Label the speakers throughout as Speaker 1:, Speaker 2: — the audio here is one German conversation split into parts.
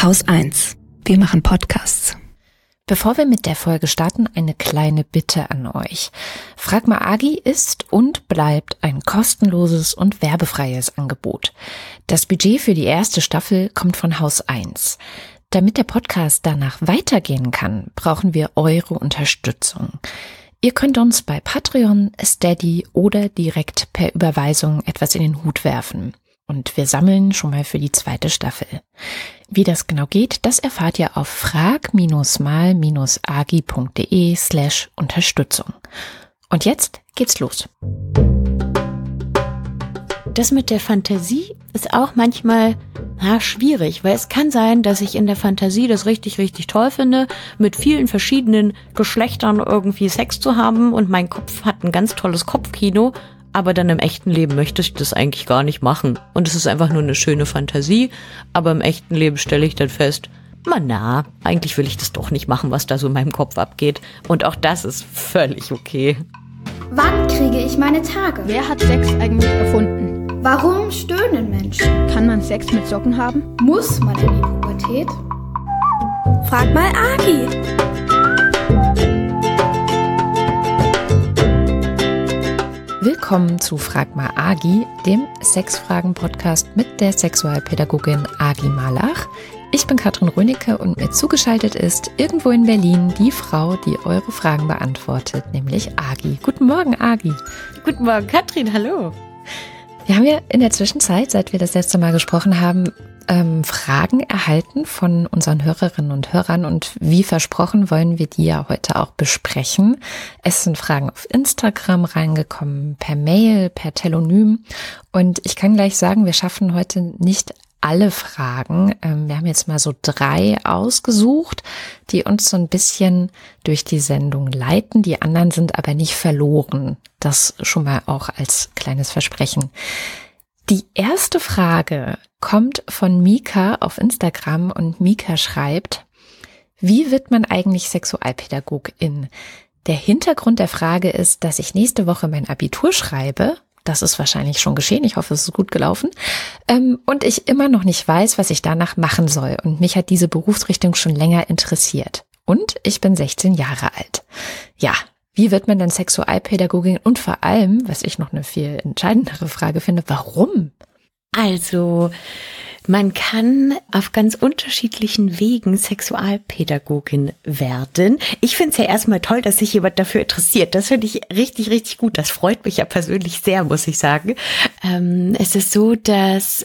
Speaker 1: Haus 1. Wir machen Podcasts.
Speaker 2: Bevor wir mit der Folge starten, eine kleine Bitte an euch. Frag mal Agi ist und bleibt ein kostenloses und werbefreies Angebot. Das Budget für die erste Staffel kommt von Haus 1. Damit der Podcast danach weitergehen kann, brauchen wir eure Unterstützung. Ihr könnt uns bei Patreon, Steady oder direkt per Überweisung etwas in den Hut werfen. Und wir sammeln schon mal für die zweite Staffel. Wie das genau geht, das erfahrt ihr auf frag-mal-agi.de/Unterstützung. Und jetzt geht's los.
Speaker 3: Das mit der Fantasie ist auch manchmal schwierig, weil es kann sein, dass ich in der Fantasie das richtig, richtig toll finde, mit vielen verschiedenen Geschlechtern irgendwie Sex zu haben und mein Kopf hat ein ganz tolles Kopfkino, aber dann im echten Leben möchte ich das eigentlich gar nicht machen. Und es ist einfach nur eine schöne Fantasie, aber im echten Leben stelle ich dann fest, eigentlich will ich das doch nicht machen, was da so in meinem Kopf abgeht. Und auch das ist völlig okay.
Speaker 4: Wann kriege ich meine Tage?
Speaker 5: Wer hat Sex eigentlich erfunden?
Speaker 4: Warum stöhnen Menschen?
Speaker 5: Kann man Sex mit Socken haben?
Speaker 4: Muss man in die Pubertät?
Speaker 1: Frag mal Agi.
Speaker 2: Willkommen zu Frag mal Agi, dem Sexfragen-Podcast mit der Sexualpädagogin Agi Malach. Ich bin Katrin Rönecke und mir zugeschaltet ist irgendwo in Berlin die Frau, die eure Fragen beantwortet, nämlich Agi. Guten Morgen, Agi.
Speaker 3: Guten Morgen, Katrin, hallo.
Speaker 2: Wir haben ja in der Zwischenzeit, seit wir das letzte Mal gesprochen haben, Fragen erhalten von unseren Hörerinnen und Hörern und wie versprochen wollen wir die ja heute auch besprechen. Es sind Fragen auf Instagram reingekommen, per Mail, per Telonym und ich kann gleich sagen, wir schaffen heute nicht alle Fragen. Wir haben jetzt mal so 3 ausgesucht, die uns so ein bisschen durch die Sendung leiten. Die anderen sind aber nicht verloren. Das schon mal auch als kleines Versprechen. Die erste Frage kommt von Mika auf Instagram und Mika schreibt: Wie wird man eigentlich Sexualpädagogin? Der Hintergrund der Frage ist, dass ich nächste Woche mein Abitur schreibe. Das ist wahrscheinlich schon geschehen. Ich hoffe, es ist gut gelaufen. Und ich immer noch nicht weiß, was ich danach machen soll. Und mich hat diese Berufsrichtung schon länger interessiert. Und ich bin 16 Jahre alt. Ja, wie wird man dann Sexualpädagogin? Und vor allem, was ich noch eine viel entscheidendere Frage finde, warum?
Speaker 3: Also, man kann auf ganz unterschiedlichen Wegen Sexualpädagogin werden. Ich finde es ja erstmal toll, dass sich jemand dafür interessiert. Das finde ich richtig, richtig gut. Das freut mich ja persönlich sehr, muss ich sagen. Es ist so, dass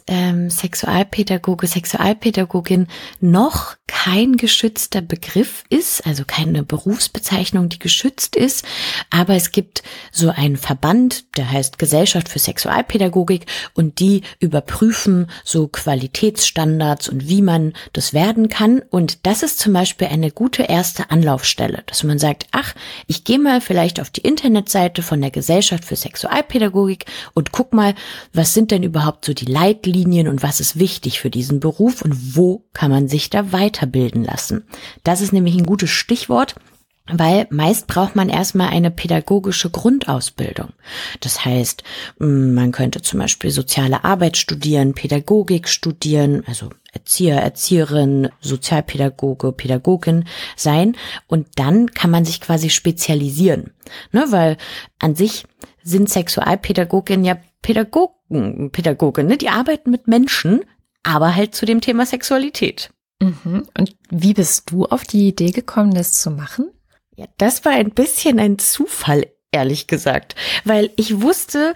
Speaker 3: Sexualpädagogin noch kein geschützter Begriff ist, also keine Berufsbezeichnung, die geschützt ist. Aber es gibt so einen Verband, der heißt Gesellschaft für Sexualpädagogik und die überprüfen so Qualitätsstandards und wie man das werden kann. Und das ist zum Beispiel eine gute erste Anlaufstelle, dass man sagt, ich gehe mal vielleicht auf die Internetseite von der Gesellschaft für Sexualpädagogik und guck mal, was sind denn überhaupt so die Leitlinien und was ist wichtig für diesen Beruf und wo kann man sich da weiterbilden lassen. Das ist nämlich ein gutes Stichwort, weil meist braucht man erstmal eine pädagogische Grundausbildung. Das heißt, man könnte zum Beispiel soziale Arbeit studieren, Pädagogik studieren, also Erzieher, Erzieherin, Sozialpädagoge, Pädagogin sein und dann kann man sich quasi spezialisieren. Weil an sich sind Sexualpädagoginnen ja Pädagogen, ne? Die arbeiten mit Menschen, aber halt zu dem Thema Sexualität.
Speaker 2: Mhm. Und wie bist du auf die Idee gekommen, das zu machen?
Speaker 3: Ja, das war ein bisschen ein Zufall, ehrlich gesagt, weil ich wusste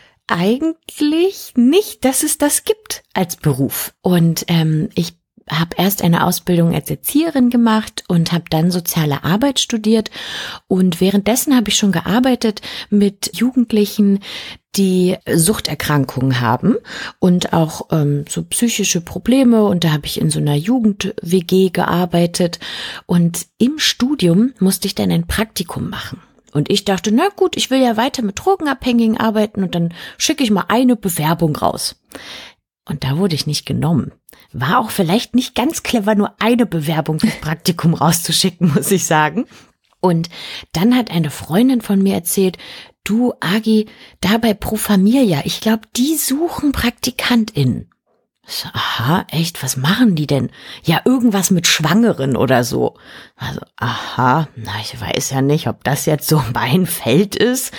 Speaker 3: eigentlich nicht, dass es das gibt als Beruf. Und ich habe erst eine Ausbildung als Erzieherin gemacht und habe dann soziale Arbeit studiert. Und währenddessen habe ich schon gearbeitet mit Jugendlichen, die Suchterkrankungen haben und auch so psychische Probleme. Und da habe ich in so einer Jugend-WG gearbeitet. Und im Studium musste ich dann ein Praktikum machen. Und ich dachte, na gut, ich will ja weiter mit Drogenabhängigen arbeiten und dann schicke ich mal eine Bewerbung raus. Und da wurde ich nicht genommen. War auch vielleicht nicht ganz clever, nur eine Bewerbung fürs Praktikum rauszuschicken, muss ich sagen. Und dann hat eine Freundin von mir erzählt, du Agi, da bei Pro Familia, ich glaube, die suchen PraktikantInnen. So, aha, echt, was machen die denn? Ja, irgendwas mit Schwangeren oder so. Also, aha, ich weiß ja nicht, ob das jetzt so mein Feld ist.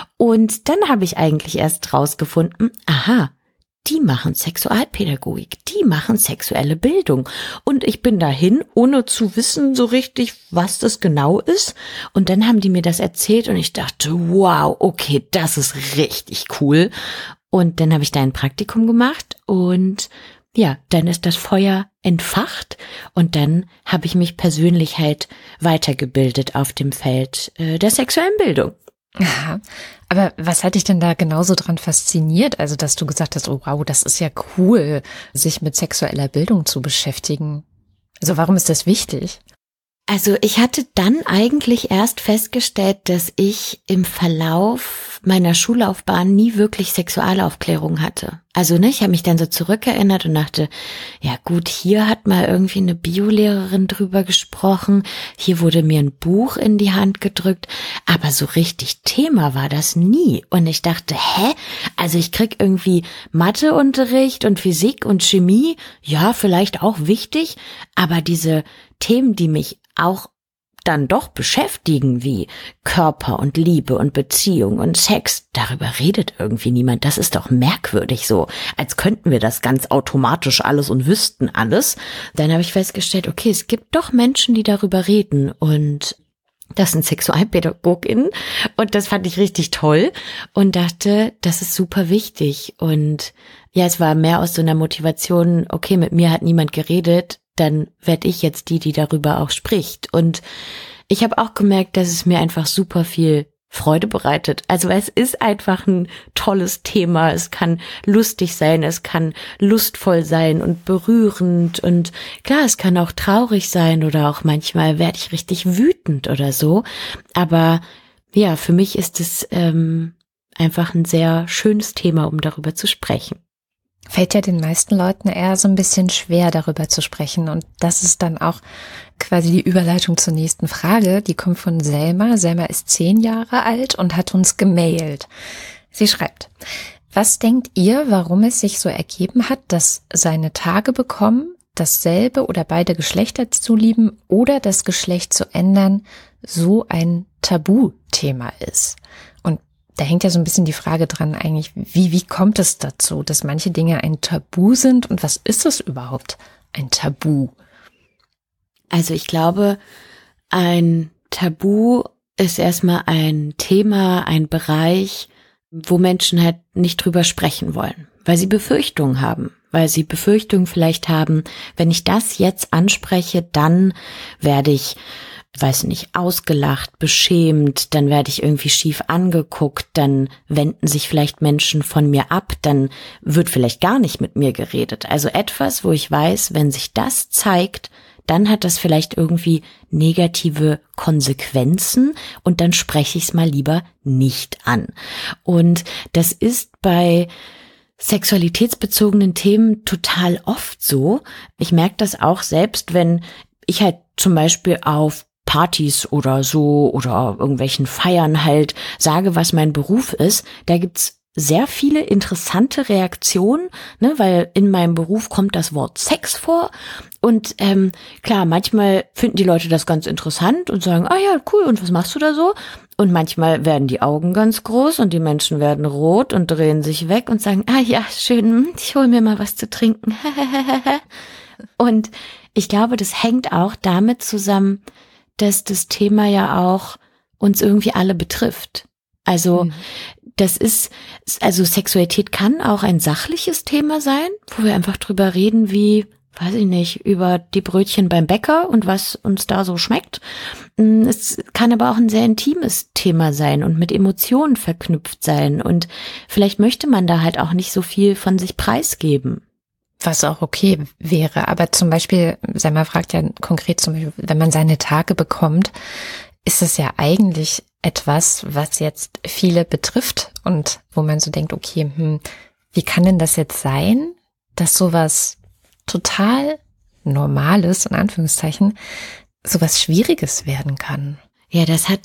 Speaker 3: Und dann habe ich eigentlich erst rausgefunden, aha, die machen Sexualpädagogik, die machen sexuelle Bildung. Und ich bin dahin, ohne zu wissen so richtig, was das genau ist. Und dann haben die mir das erzählt und ich dachte, wow, okay, das ist richtig cool. Und dann habe ich da ein Praktikum gemacht und ja, dann ist das Feuer entfacht und dann habe ich mich persönlich halt weitergebildet auf dem Feld der sexuellen Bildung.
Speaker 2: Aha. Aber was hat dich denn da genauso dran fasziniert? Also, dass du gesagt hast, oh wow, das ist ja cool, sich mit sexueller Bildung zu beschäftigen. Also, warum ist das wichtig?
Speaker 3: Also ich hatte dann eigentlich erst festgestellt, dass ich im Verlauf meiner Schullaufbahn nie wirklich Sexualaufklärung hatte. Also ich habe mich dann so zurückerinnert und dachte, ja gut, hier hat mal irgendwie eine Biolehrerin drüber gesprochen, hier wurde mir ein Buch in die Hand gedrückt, aber so richtig Thema war das nie. Und ich dachte, also ich krieg irgendwie Matheunterricht und Physik und Chemie, ja, vielleicht auch wichtig, aber diese Themen, die mich auch dann doch beschäftigen, wie Körper und Liebe und Beziehung und Sex, darüber redet irgendwie niemand. Das ist doch merkwürdig so, als könnten wir das ganz automatisch alles und wüssten alles. Dann habe ich festgestellt, okay, es gibt doch Menschen, die darüber reden und das sind SexualpädagogInnen und das fand ich richtig toll und dachte, das ist super wichtig und ja, es war mehr aus so einer Motivation, okay, mit mir hat niemand geredet, dann werde ich jetzt die darüber auch spricht. Und ich habe auch gemerkt, dass es mir einfach super viel Freude bereitet. Also es ist einfach ein tolles Thema. Es kann lustig sein, es kann lustvoll sein und berührend. Und klar, es kann auch traurig sein oder auch manchmal werde ich richtig wütend oder so. Aber ja, für mich ist es einfach ein sehr schönes Thema, um darüber zu sprechen.
Speaker 2: Fällt ja den meisten Leuten eher so ein bisschen schwer, darüber zu sprechen. Und das ist dann auch quasi die Überleitung zur nächsten Frage. Die kommt von Selma. Selma ist 10 Jahre alt und hat uns gemailt. Sie schreibt, was denkt ihr, warum es sich so ergeben hat, dass seine Tage bekommen, dasselbe oder beide Geschlechter zu lieben oder das Geschlecht zu ändern, so ein Tabuthema ist? Und da hängt ja so ein bisschen die Frage dran eigentlich, wie kommt es dazu, dass manche Dinge ein Tabu sind und was ist es überhaupt, ein Tabu?
Speaker 3: Also ich glaube, ein Tabu ist erstmal ein Thema, ein Bereich, wo Menschen halt nicht drüber sprechen wollen, weil sie Befürchtungen haben, weil sie Befürchtungen vielleicht haben, wenn ich das jetzt anspreche, dann werde ich, weiß nicht, ausgelacht, beschämt, dann werde ich irgendwie schief angeguckt, dann wenden sich vielleicht Menschen von mir ab, dann wird vielleicht gar nicht mit mir geredet. Also etwas, wo ich weiß, wenn sich das zeigt, dann hat das vielleicht irgendwie negative Konsequenzen und dann spreche ich es mal lieber nicht an. Und das ist bei sexualitätsbezogenen Themen total oft so. Ich merke das auch selbst, wenn ich halt zum Beispiel auf Partys oder so oder irgendwelchen Feiern halt sage, was mein Beruf ist, da gibt's sehr viele interessante Reaktionen, ne, weil in meinem Beruf kommt das Wort Sex vor und klar, manchmal finden die Leute das ganz interessant und sagen, ah ja, cool, und was machst du da so? Und manchmal werden die Augen ganz groß und die Menschen werden rot und drehen sich weg und sagen, ah ja, schön, ich hol mir mal was zu trinken. Und ich glaube, das hängt auch damit zusammen, dass das Thema ja auch uns irgendwie alle betrifft. Also das ist, also Sexualität kann auch ein sachliches Thema sein, wo wir einfach drüber reden, wie, weiß ich nicht, über die Brötchen beim Bäcker und was uns da so schmeckt. Es kann aber auch ein sehr intimes Thema sein und mit Emotionen verknüpft sein und vielleicht möchte man da halt auch nicht so viel von sich preisgeben.
Speaker 2: Was auch okay wäre, aber zum Beispiel, Selma fragt ja konkret zum Beispiel, wenn man seine Tage bekommt, ist es ja eigentlich etwas, was jetzt viele betrifft und wo man so denkt, okay, wie kann denn das jetzt sein, dass sowas total Normales, in Anführungszeichen, sowas Schwieriges werden kann?
Speaker 3: Ja, das hat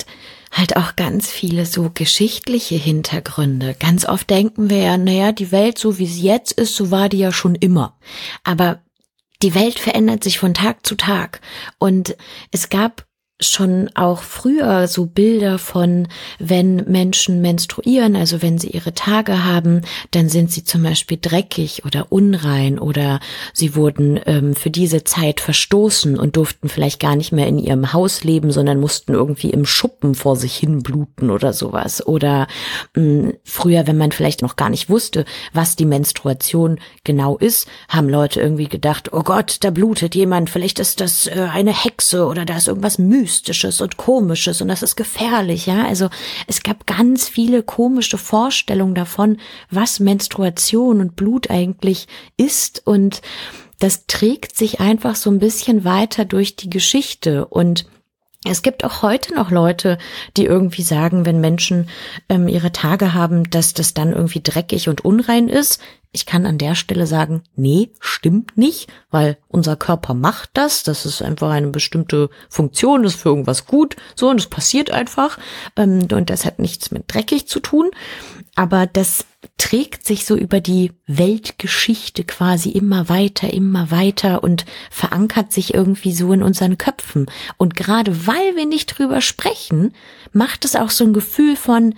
Speaker 3: halt auch ganz viele so geschichtliche Hintergründe. Ganz oft denken wir ja, naja, die Welt, so wie sie jetzt ist, so war die ja schon immer. Aber die Welt verändert sich von Tag zu Tag. Und es gab schon auch früher so Bilder von, wenn Menschen menstruieren, also wenn sie ihre Tage haben, dann sind sie zum Beispiel dreckig oder unrein oder sie wurden für diese Zeit verstoßen und durften vielleicht gar nicht mehr in ihrem Haus leben, sondern mussten irgendwie im Schuppen vor sich hin bluten oder sowas. Oder früher, wenn man vielleicht noch gar nicht wusste, was die Menstruation genau ist, haben Leute irgendwie gedacht, oh Gott, da blutet jemand, vielleicht ist das eine Hexe oder da ist irgendwas Mystisches und Komisches und das ist gefährlich, ja. Also es gab ganz viele komische Vorstellungen davon, was Menstruation und Blut eigentlich ist, und das trägt sich einfach so ein bisschen weiter durch die Geschichte. Und es gibt auch heute noch Leute, die irgendwie sagen, wenn Menschen ihre Tage haben, dass das dann irgendwie dreckig und unrein ist. Ich kann an der Stelle sagen, nee, stimmt nicht, weil unser Körper macht das. Das ist einfach eine bestimmte Funktion, das ist für irgendwas gut. So, und es passiert einfach. Und das hat nichts mit dreckig zu tun. Aber das trägt sich so über die Weltgeschichte quasi immer weiter und verankert sich irgendwie so in unseren Köpfen. Und gerade weil wir nicht drüber sprechen, macht es auch so ein Gefühl von,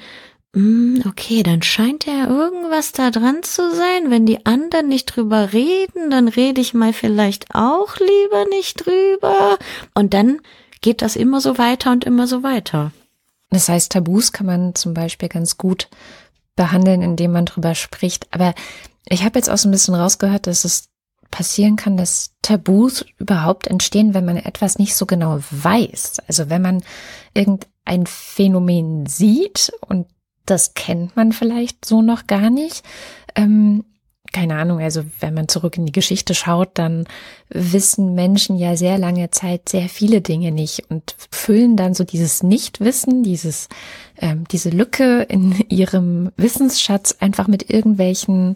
Speaker 3: okay, dann scheint ja irgendwas da dran zu sein. Wenn die anderen nicht drüber reden, dann rede ich mal vielleicht auch lieber nicht drüber. Und dann geht das immer so weiter und immer so weiter.
Speaker 2: Das heißt, Tabus kann man zum Beispiel ganz gut behandeln, indem man drüber spricht. Aber ich habe jetzt auch so ein bisschen rausgehört, dass es passieren kann, dass Tabus überhaupt entstehen, wenn man etwas nicht so genau weiß. Also wenn man irgendein Phänomen sieht und das kennt man vielleicht so noch gar nicht. Keine Ahnung, also wenn man zurück in die Geschichte schaut, dann wissen Menschen ja sehr lange Zeit sehr viele Dinge nicht und füllen dann so dieses Nichtwissen, diese Lücke in ihrem Wissensschatz einfach mit irgendwelchen,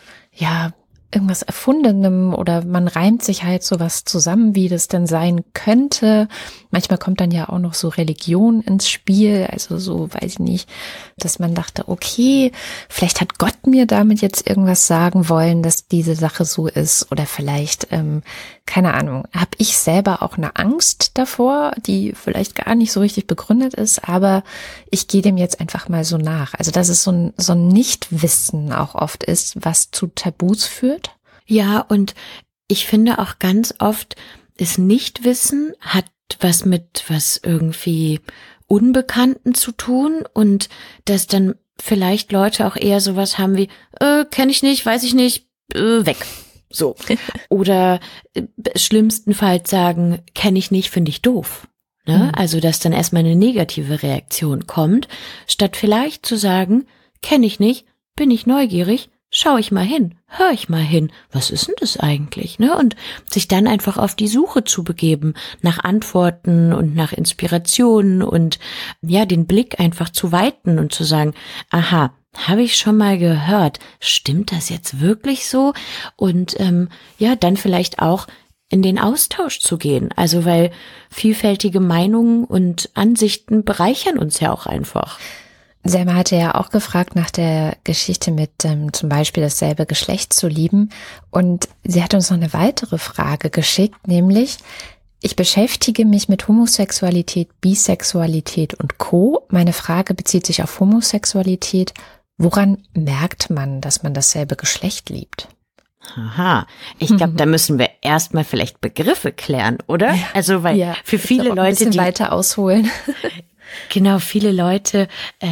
Speaker 2: irgendwas Erfundenem, oder man reimt sich halt sowas zusammen, wie das denn sein könnte. Manchmal kommt dann ja auch noch so Religion ins Spiel, also so, weiß ich nicht, dass man dachte, okay, vielleicht hat Gott mir damit jetzt irgendwas sagen wollen, dass diese Sache so ist, oder vielleicht, keine Ahnung, habe ich selber auch eine Angst davor, die vielleicht gar nicht so richtig begründet ist, aber ich gehe dem jetzt einfach mal so nach. Also dass es so ein Nichtwissen auch oft ist, was zu Tabus führt.
Speaker 3: Ja, und ich finde auch ganz oft, das Nichtwissen hat was mit was irgendwie Unbekannten zu tun, und dass dann vielleicht Leute auch eher sowas haben wie, kenne ich nicht, weiß ich nicht, weg. So. Oder schlimmstenfalls sagen, kenne ich nicht, finde ich doof. Ne? Also, dass dann erstmal eine negative Reaktion kommt, statt vielleicht zu sagen, kenne ich nicht, bin ich neugierig, schau ich mal hin, hör ich mal hin, was ist denn das eigentlich, ne? Und sich dann einfach auf die Suche zu begeben nach Antworten und nach Inspirationen und ja, den Blick einfach zu weiten und zu sagen, aha, habe ich schon mal gehört, stimmt das jetzt wirklich so? Und dann vielleicht auch in den Austausch zu gehen, also weil vielfältige Meinungen und Ansichten bereichern uns ja auch einfach.
Speaker 2: Selma hatte ja auch gefragt nach der Geschichte mit zum Beispiel dasselbe Geschlecht zu lieben, und sie hat uns noch eine weitere Frage geschickt, nämlich: Ich beschäftige mich mit Homosexualität, Bisexualität und Co. Meine Frage bezieht sich auf Homosexualität. Woran merkt man, dass man dasselbe Geschlecht liebt?
Speaker 3: Aha, ich glaube, da müssen wir erstmal vielleicht Begriffe klären, oder? Ja, also weil für viele Leute,
Speaker 2: ein bisschen weiter ausholen.
Speaker 3: Genau, viele Leute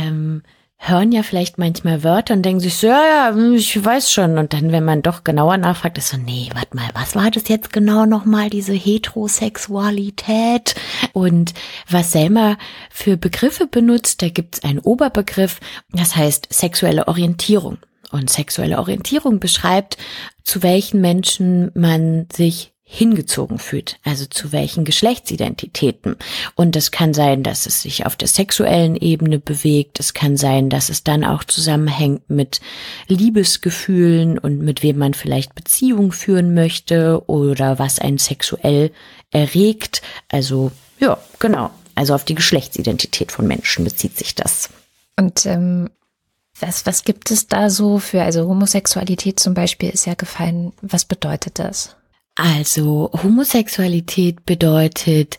Speaker 3: hören ja vielleicht manchmal Wörter und denken sich so, ja, ich weiß schon. Und dann, wenn man doch genauer nachfragt, ist so, nee, warte mal, was war das jetzt genau nochmal, diese Heterosexualität? Und was Selma für Begriffe benutzt, da gibt's einen Oberbegriff, das heißt sexuelle Orientierung. Und sexuelle Orientierung beschreibt, zu welchen Menschen man sich hingezogen fühlt, also zu welchen Geschlechtsidentitäten. Und es kann sein, dass es sich auf der sexuellen Ebene bewegt. Es kann sein, dass es dann auch zusammenhängt mit Liebesgefühlen und mit wem man vielleicht Beziehung führen möchte oder was einen sexuell erregt. Also ja, genau. Also auf die Geschlechtsidentität von Menschen bezieht sich das.
Speaker 2: Und was gibt es da so für, also Homosexualität zum Beispiel ist ja gefallen, was bedeutet das?
Speaker 3: Also Homosexualität bedeutet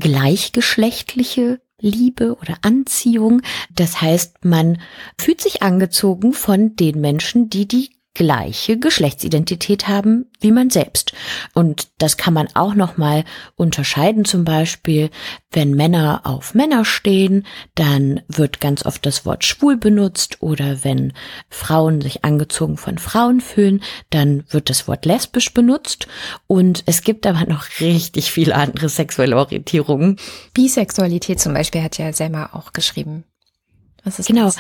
Speaker 3: gleichgeschlechtliche Liebe oder Anziehung. Das heißt, man fühlt sich angezogen von den Menschen, die gleiche Geschlechtsidentität haben wie man selbst. Und das kann man auch nochmal unterscheiden. Zum Beispiel, wenn Männer auf Männer stehen, dann wird ganz oft das Wort schwul benutzt. Oder wenn Frauen sich angezogen von Frauen fühlen, dann wird das Wort lesbisch benutzt. Und es gibt aber noch richtig viele andere sexuelle Orientierungen.
Speaker 2: Bisexualität zum Beispiel hat ja Selma auch geschrieben. Was ist
Speaker 3: genau.
Speaker 2: das?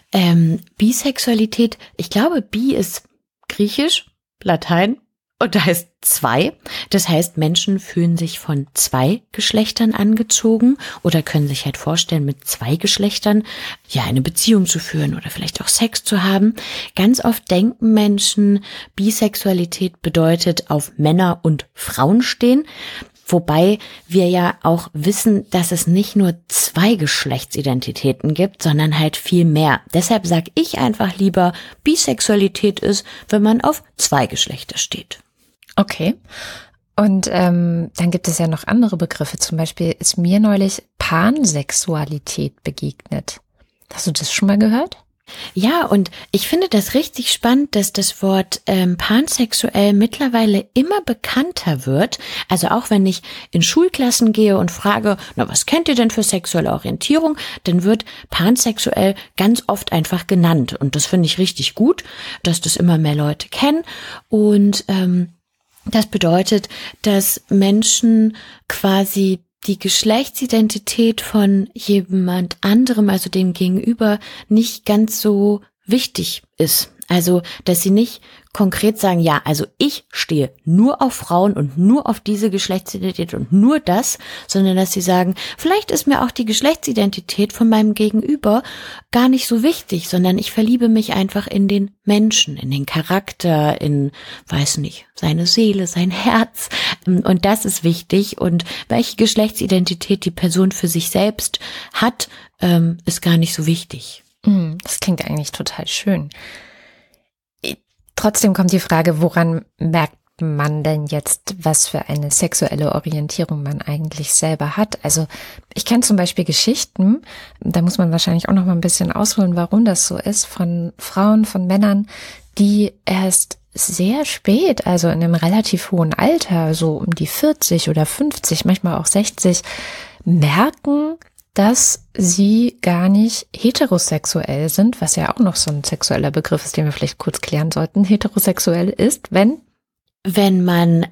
Speaker 3: Bisexualität, ich glaube, bi ist Griechisch, Latein und da heißt zwei. Das heißt, Menschen fühlen sich von zwei Geschlechtern angezogen oder können sich halt vorstellen, mit zwei Geschlechtern ja eine Beziehung zu führen oder vielleicht auch Sex zu haben. Ganz oft denken Menschen, Bisexualität bedeutet auf Männer und Frauen stehen. Wobei wir ja auch wissen, dass es nicht nur zwei Geschlechtsidentitäten gibt, sondern halt viel mehr. Deshalb sage ich einfach lieber, Bisexualität ist, wenn man auf zwei Geschlechter steht.
Speaker 2: Okay. Und dann gibt es ja noch andere Begriffe. Zum Beispiel ist mir neulich Pansexualität begegnet. Hast du das schon mal gehört?
Speaker 3: Ja, und ich finde das richtig spannend, dass das Wort pansexuell mittlerweile immer bekannter wird. Also auch wenn ich in Schulklassen gehe und frage, na, was kennt ihr denn für sexuelle Orientierung? Dann wird pansexuell ganz oft einfach genannt. Und das finde ich richtig gut, dass das immer mehr Leute kennen. Und das bedeutet, dass Menschen quasi die Geschlechtsidentität von jemand anderem, also dem Gegenüber, nicht ganz so wichtig ist. Also, dass sie nicht konkret sagen, ja, also ich stehe nur auf Frauen und nur auf diese Geschlechtsidentität und nur das, sondern dass sie sagen, vielleicht ist mir auch die Geschlechtsidentität von meinem Gegenüber gar nicht so wichtig, sondern ich verliebe mich einfach in den Menschen, in den Charakter, in, weiß nicht, seine Seele, sein Herz. Und das ist wichtig. Und welche Geschlechtsidentität die Person für sich selbst hat, ist gar nicht so wichtig.
Speaker 2: Das klingt eigentlich total schön. Trotzdem kommt die Frage, woran merkt man denn jetzt, was für eine sexuelle Orientierung man eigentlich selber hat? Also ich kenne zum Beispiel Geschichten, da muss man wahrscheinlich auch noch mal ein bisschen ausholen, warum das so ist, von Frauen, von Männern, die erst sehr spät, also in einem relativ hohen Alter, so um die 40 oder 50, manchmal auch 60, merken, dass sie gar nicht heterosexuell sind, was ja auch noch so ein sexueller Begriff ist, den wir vielleicht kurz klären sollten. Heterosexuell ist, wenn
Speaker 3: man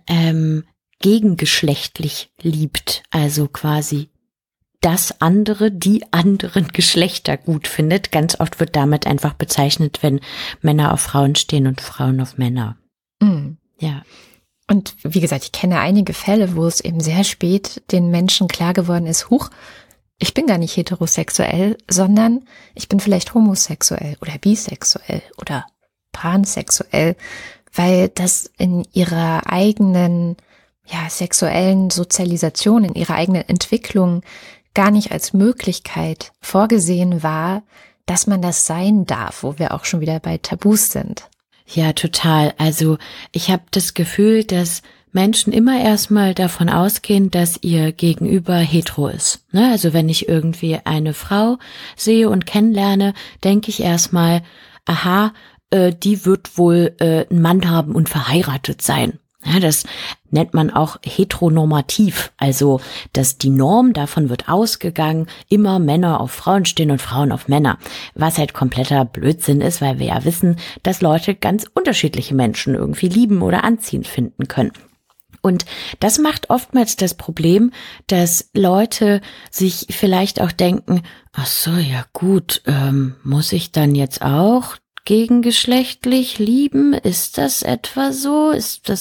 Speaker 3: gegengeschlechtlich liebt, also quasi das andere, die anderen Geschlechter gut findet. Ganz oft wird damit einfach bezeichnet, wenn Männer auf Frauen stehen und Frauen auf Männer. Ja.
Speaker 2: Und wie gesagt, ich kenne einige Fälle, wo es eben sehr spät den Menschen klar geworden ist, huch, ich bin gar nicht heterosexuell, sondern ich bin vielleicht homosexuell oder bisexuell oder pansexuell, weil das in ihrer eigenen sexuellen Sozialisation, in ihrer eigenen Entwicklung gar nicht als Möglichkeit vorgesehen war, dass man das sein darf, wo wir auch schon wieder bei Tabus sind.
Speaker 3: Ja, total. Also ich habe das Gefühl, dass Menschen immer erstmal davon ausgehen, dass ihr Gegenüber hetero ist. Ne? Also wenn ich irgendwie eine Frau sehe und kennenlerne, denke ich erstmal, aha, die wird wohl einen Mann haben und verheiratet sein. Ja, das nennt man auch heteronormativ, also dass die Norm, davon wird ausgegangen, immer Männer auf Frauen stehen und Frauen auf Männer, was halt kompletter Blödsinn ist, weil wir ja wissen, dass Leute ganz unterschiedliche Menschen irgendwie lieben oder anziehend finden können. Und das macht oftmals das Problem, dass Leute sich vielleicht auch denken, ach so, ja gut, muss ich dann jetzt auch gegengeschlechtlich lieben? Ist das etwa so?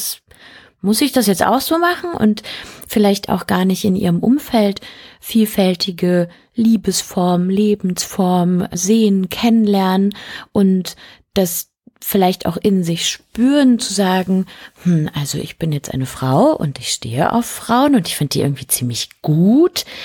Speaker 3: Muss ich das jetzt auch so machen? Und vielleicht auch gar nicht in ihrem Umfeld vielfältige Liebesformen, Lebensformen sehen, kennenlernen und das vielleicht auch in sich spüren, zu sagen, also ich bin jetzt eine Frau und ich stehe auf Frauen und ich finde die irgendwie ziemlich gut,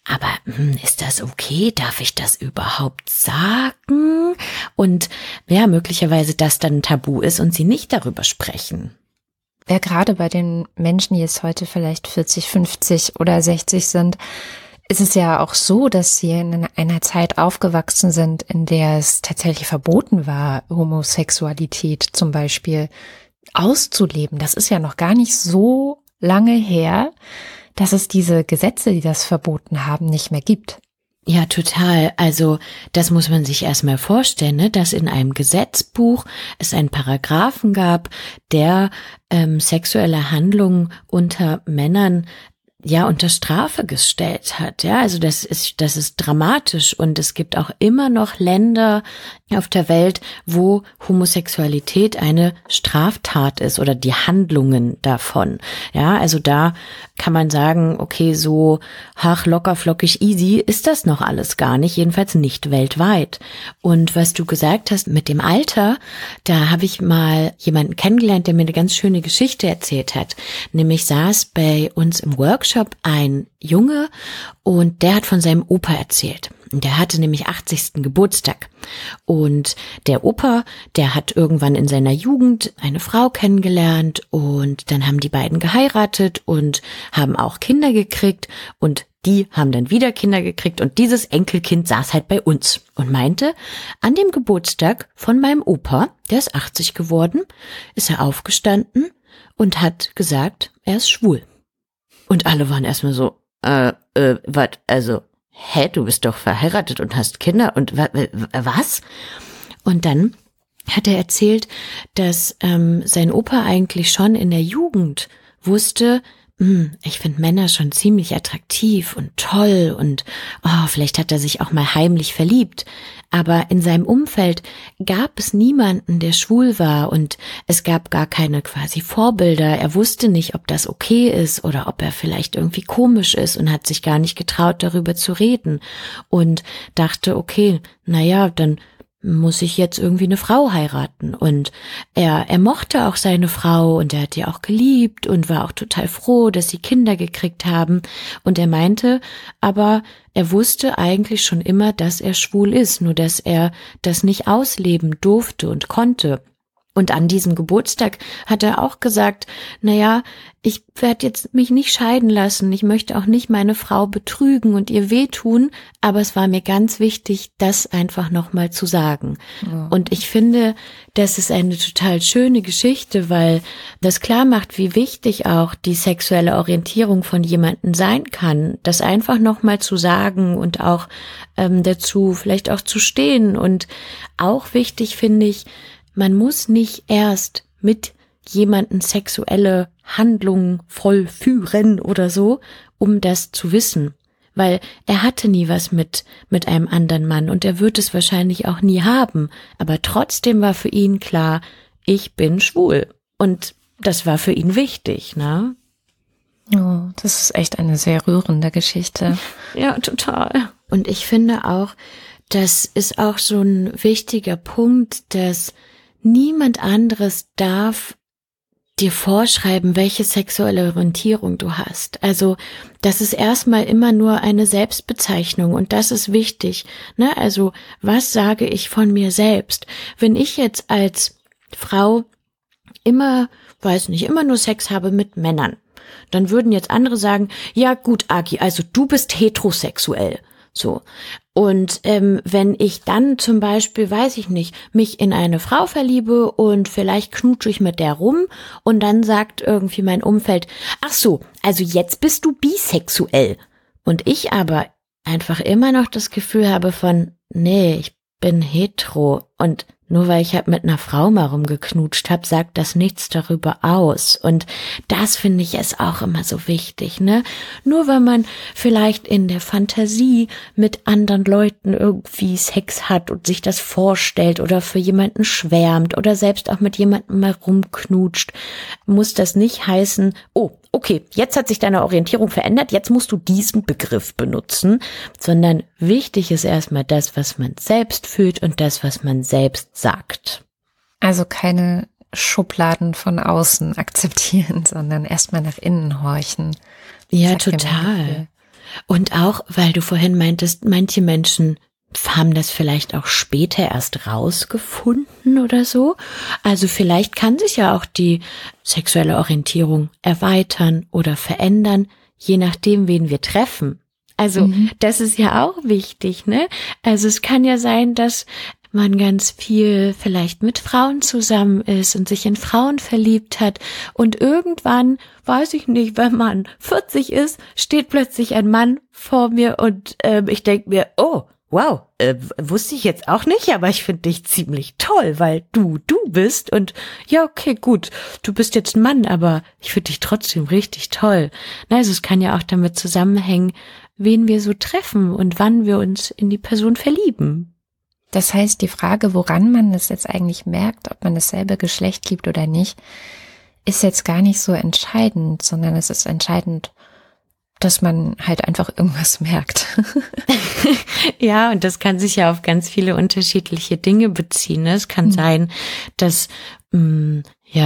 Speaker 3: aber ist das okay? Darf ich das überhaupt sagen? Und ja, möglicherweise das dann ein Tabu ist und sie nicht darüber sprechen.
Speaker 2: Ja, gerade bei den Menschen, die jetzt heute vielleicht 40, 50 oder 60 sind, ist es ja auch so, dass sie in einer Zeit aufgewachsen sind, in der es tatsächlich verboten war, Homosexualität zum Beispiel auszuleben. Das ist ja noch gar nicht so lange her, dass es diese Gesetze, die das verboten haben, nicht mehr gibt.
Speaker 3: Ja, total. Also das muss man sich erstmal vorstellen, ne? Dass in einem Gesetzbuch es einen Paragraphen gab, der sexuelle Handlungen unter Männern ja unter Strafe gestellt hat. Ja, also das ist dramatisch und es gibt auch immer noch Länder auf der Welt, wo Homosexualität eine Straftat ist oder die Handlungen davon. Ja, also da kann man sagen, okay, so locker, flockig, easy ist das noch alles gar nicht, jedenfalls nicht weltweit. Und was du gesagt hast mit dem Alter, da habe ich mal jemanden kennengelernt, der mir eine ganz schöne Geschichte erzählt hat. Nämlich saß bei uns im Workshop ein Junge und der hat von seinem Opa erzählt. Der hatte nämlich 80. Geburtstag. Und der Opa, der hat irgendwann in seiner Jugend eine Frau kennengelernt und dann haben die beiden geheiratet und haben auch Kinder gekriegt und die haben dann wieder Kinder gekriegt und dieses Enkelkind saß halt bei uns und meinte, an dem Geburtstag von meinem Opa, der ist 80 geworden, ist er aufgestanden und hat gesagt, er ist schwul. Und alle waren erstmal so, was, also, du bist doch verheiratet und hast Kinder und was? Und dann hat er erzählt, dass sein Opa eigentlich schon in der Jugend wusste, ich finde Männer schon ziemlich attraktiv und toll und vielleicht hat er sich auch mal heimlich verliebt. Aber in seinem Umfeld gab es niemanden, der schwul war und es gab gar keine quasi Vorbilder. Er wusste nicht, ob das okay ist oder ob er vielleicht irgendwie komisch ist und hat sich gar nicht getraut, darüber zu reden und dachte, okay, naja, dann muss ich jetzt irgendwie eine Frau heiraten. Und er mochte auch seine Frau und er hat die auch geliebt und war auch total froh, dass sie Kinder gekriegt haben. Und er meinte, aber er wusste eigentlich schon immer, dass er schwul ist, nur dass er das nicht ausleben durfte und konnte. Und an diesem Geburtstag hat er auch gesagt, naja, ich werde jetzt mich nicht scheiden lassen, ich möchte auch nicht meine Frau betrügen und ihr wehtun, aber es war mir ganz wichtig, das einfach nochmal zu sagen. Ja. Und ich finde, das ist eine total schöne Geschichte, weil das klar macht, wie wichtig auch die sexuelle Orientierung von jemandem sein kann, das einfach nochmal zu sagen und auch dazu vielleicht auch zu stehen. Und auch wichtig finde ich, man muss nicht erst mit jemanden sexuelle Handlungen vollführen oder so, um das zu wissen. Weil er hatte nie was mit einem anderen Mann und er wird es wahrscheinlich auch nie haben. Aber trotzdem war für ihn klar, ich bin schwul. Und das war für ihn wichtig, ne?
Speaker 2: Oh, das ist echt eine sehr rührende Geschichte.
Speaker 3: Ja, total. Und ich finde auch, das ist auch so ein wichtiger Punkt, dass niemand anderes darf dir vorschreiben, welche sexuelle Orientierung du hast. Also das ist erstmal immer nur eine Selbstbezeichnung und das ist wichtig. Ne? Also was sage ich von mir selbst? Wenn ich jetzt als Frau immer nur Sex habe mit Männern, dann würden jetzt andere sagen, ja gut, Agi, also du bist heterosexuell. So. Und wenn ich dann zum Beispiel, weiß ich nicht, mich in eine Frau verliebe und vielleicht knutsche ich mit der rum und dann sagt irgendwie mein Umfeld, ach so, also jetzt bist du bisexuell. Und ich aber einfach immer noch das Gefühl habe von, nee, ich bin hetero und nur weil ich halt mit einer Frau mal rumgeknutscht habe, sagt das nichts darüber aus. Und das finde ich ist auch immer so wichtig, ne? Nur weil man vielleicht in der Fantasie mit anderen Leuten irgendwie Sex hat und sich das vorstellt oder für jemanden schwärmt oder selbst auch mit jemandem mal rumknutscht, muss das nicht heißen, oh, okay, jetzt hat sich deine Orientierung verändert, jetzt musst du diesen Begriff benutzen, sondern wichtig ist erstmal das, was man selbst fühlt und das, was man selbst sagt.
Speaker 2: Also keine Schubladen von außen akzeptieren, sondern erstmal nach innen horchen.
Speaker 3: Ja, total. Und auch, weil du vorhin meintest, manche Menschen haben das vielleicht auch später erst rausgefunden oder so. Also vielleicht kann sich ja auch die sexuelle Orientierung erweitern oder verändern, je nachdem, wen wir treffen. Also das ist ja auch wichtig, ne? Also es kann ja sein, dass man ganz viel vielleicht mit Frauen zusammen ist und sich in Frauen verliebt hat und irgendwann, weiß ich nicht, wenn man 40 ist, steht plötzlich ein Mann vor mir und ich denke mir, oh, wow, wusste ich jetzt auch nicht, aber ich finde dich ziemlich toll, weil du bist und ja, okay, gut, du bist jetzt ein Mann, aber ich finde dich trotzdem richtig toll. Also es kann ja auch damit zusammenhängen, wen wir so treffen und wann wir uns in die Person verlieben.
Speaker 2: Das heißt, die Frage, woran man das jetzt eigentlich merkt, ob man dasselbe Geschlecht liebt oder nicht, ist jetzt gar nicht so entscheidend, sondern es ist entscheidend, dass man halt einfach irgendwas merkt.
Speaker 3: Ja, und das kann sich ja auf ganz viele unterschiedliche Dinge beziehen. Es kann sein, dass man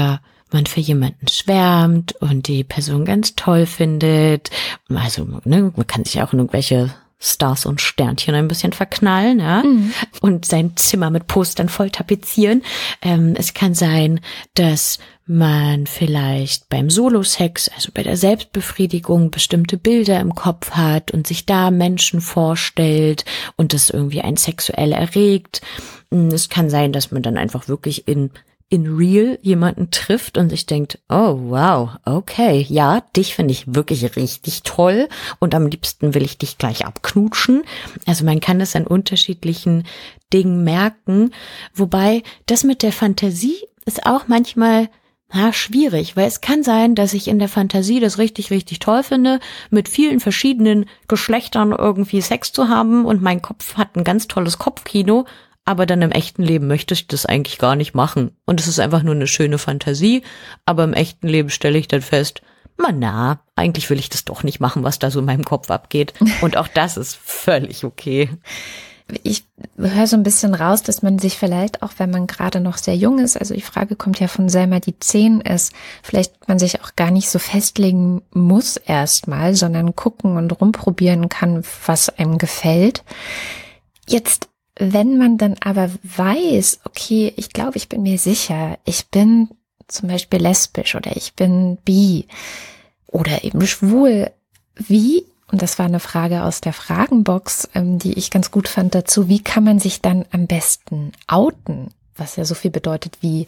Speaker 3: für jemanden schwärmt und die Person ganz toll findet. Also man kann sich auch in irgendwelche Stars und Sternchen ein bisschen verknallen, ja, und sein Zimmer mit Postern voll tapezieren. Es kann sein, dass man vielleicht beim Solo-Sex, also bei der Selbstbefriedigung, bestimmte Bilder im Kopf hat und sich da Menschen vorstellt und das irgendwie einen sexuell erregt. Es kann sein, dass man dann einfach wirklich in real jemanden trifft und sich denkt, oh wow, okay, ja, dich finde ich wirklich richtig toll und am liebsten will ich dich gleich abknutschen. Also man kann das an unterschiedlichen Dingen merken, wobei das mit der Fantasie ist auch manchmal schwierig, weil es kann sein, dass ich in der Fantasie das richtig, richtig toll finde, mit vielen verschiedenen Geschlechtern irgendwie Sex zu haben und mein Kopf hat ein ganz tolles Kopfkino, aber dann im echten Leben möchte ich das eigentlich gar nicht machen. Und es ist einfach nur eine schöne Fantasie, aber im echten Leben stelle ich dann fest, eigentlich will ich das doch nicht machen, was da so in meinem Kopf abgeht. Und auch das ist völlig okay.
Speaker 2: Ich höre so ein bisschen raus, dass man sich vielleicht auch, wenn man gerade noch sehr jung ist, also die Frage kommt ja von Selma, die 10 ist, vielleicht man sich auch gar nicht so festlegen muss erstmal, sondern gucken und rumprobieren kann, was einem gefällt. Jetzt, wenn man dann aber weiß, okay, ich glaube, ich bin mir sicher, ich bin zum Beispiel lesbisch oder ich bin bi oder eben schwul, wie, und das war eine Frage aus der Fragenbox, die ich ganz gut fand dazu, wie kann man sich dann am besten outen, was ja so viel bedeutet wie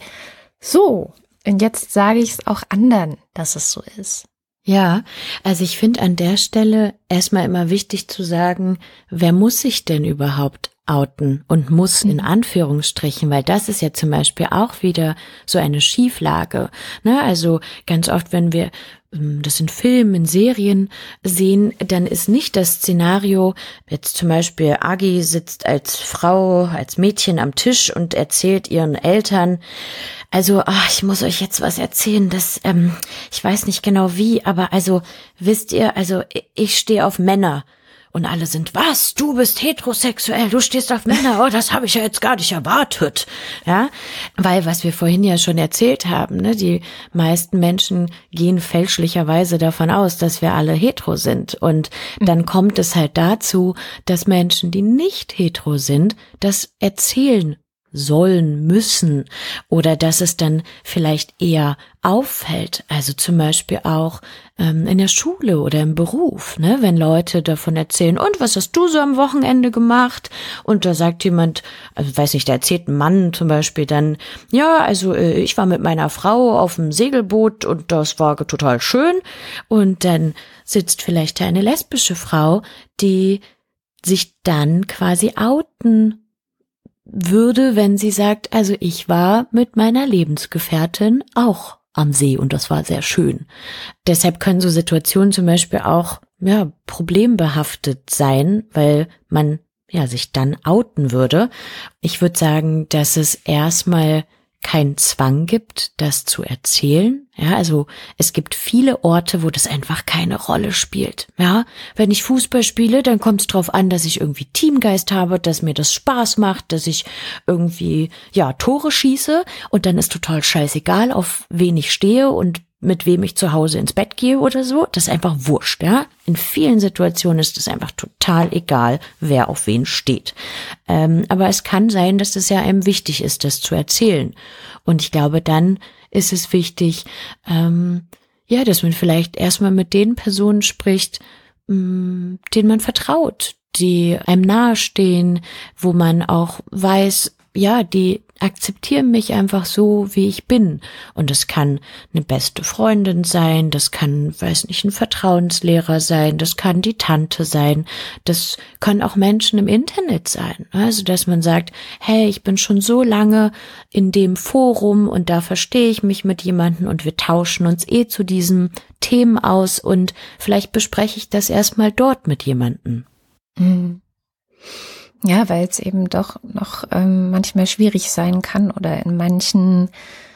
Speaker 2: so, und jetzt sage ich es auch anderen, dass es so ist.
Speaker 3: Ja, also ich finde an der Stelle erstmal immer wichtig zu sagen, wer muss sich denn überhaupt outen und muss in Anführungsstrichen, weil das ist ja zum Beispiel auch wieder so eine Schieflage, ne? Also ganz oft, wenn wir das in Filmen, in Serien sehen, dann ist nicht das Szenario, jetzt zum Beispiel Agi sitzt als Frau, als Mädchen am Tisch und erzählt ihren Eltern, also ich muss euch jetzt was erzählen, das ich weiß nicht genau wie, aber also wisst ihr, also ich stehe auf Männer. Und alle sind, was? Du bist heterosexuell, du stehst auf Männer, oh, das habe ich ja jetzt gar nicht erwartet. Ja, weil was wir vorhin ja schon erzählt haben, ne, die meisten Menschen gehen fälschlicherweise davon aus, dass wir alle hetero sind. Und dann kommt es halt dazu, dass Menschen, die nicht hetero sind, das erzählen sollen, müssen oder dass es dann vielleicht eher auffällt, also zum Beispiel auch in der Schule oder im Beruf, ne, wenn Leute davon erzählen, und was hast du so am Wochenende gemacht? Und da sagt jemand, also weiß nicht, da erzählt ein Mann zum Beispiel dann, ja, also ich war mit meiner Frau auf dem Segelboot und das war total schön, und dann sitzt vielleicht eine lesbische Frau, die sich dann quasi outen würde, wenn sie sagt, also ich war mit meiner Lebensgefährtin auch am See und das war sehr schön. Deshalb können so Situationen zum Beispiel auch problembehaftet sein, weil man sich dann outen würde. Ich würde sagen, dass es erstmal keinen Zwang gibt, das zu erzählen. Ja, also es gibt viele Orte, wo das einfach keine Rolle spielt. Ja, wenn ich Fußball spiele, dann kommt es drauf an, dass ich irgendwie Teamgeist habe, dass mir das Spaß macht, dass ich irgendwie Tore schieße, und dann ist total scheißegal, auf wen ich stehe und mit wem ich zu Hause ins Bett gehe oder so. Das ist einfach wurscht, ja. In vielen Situationen ist es einfach total egal, wer auf wen steht. Aber es kann sein, dass es ja einem wichtig ist, das zu erzählen. Und ich glaube, dann ist es wichtig, dass man vielleicht erstmal mit den Personen spricht, denen man vertraut, die einem nahestehen, wo man auch weiß, ja, die akzeptieren mich einfach so, wie ich bin. Und das kann eine beste Freundin sein, das kann, ein Vertrauenslehrer sein, das kann die Tante sein, das können auch Menschen im Internet sein. Also, dass man sagt, hey, ich bin schon so lange in dem Forum und da verstehe ich mich mit jemandem und wir tauschen uns zu diesen Themen aus und vielleicht bespreche ich das erstmal dort mit jemandem.
Speaker 2: Ja, weil es eben doch noch manchmal schwierig sein kann oder in manchen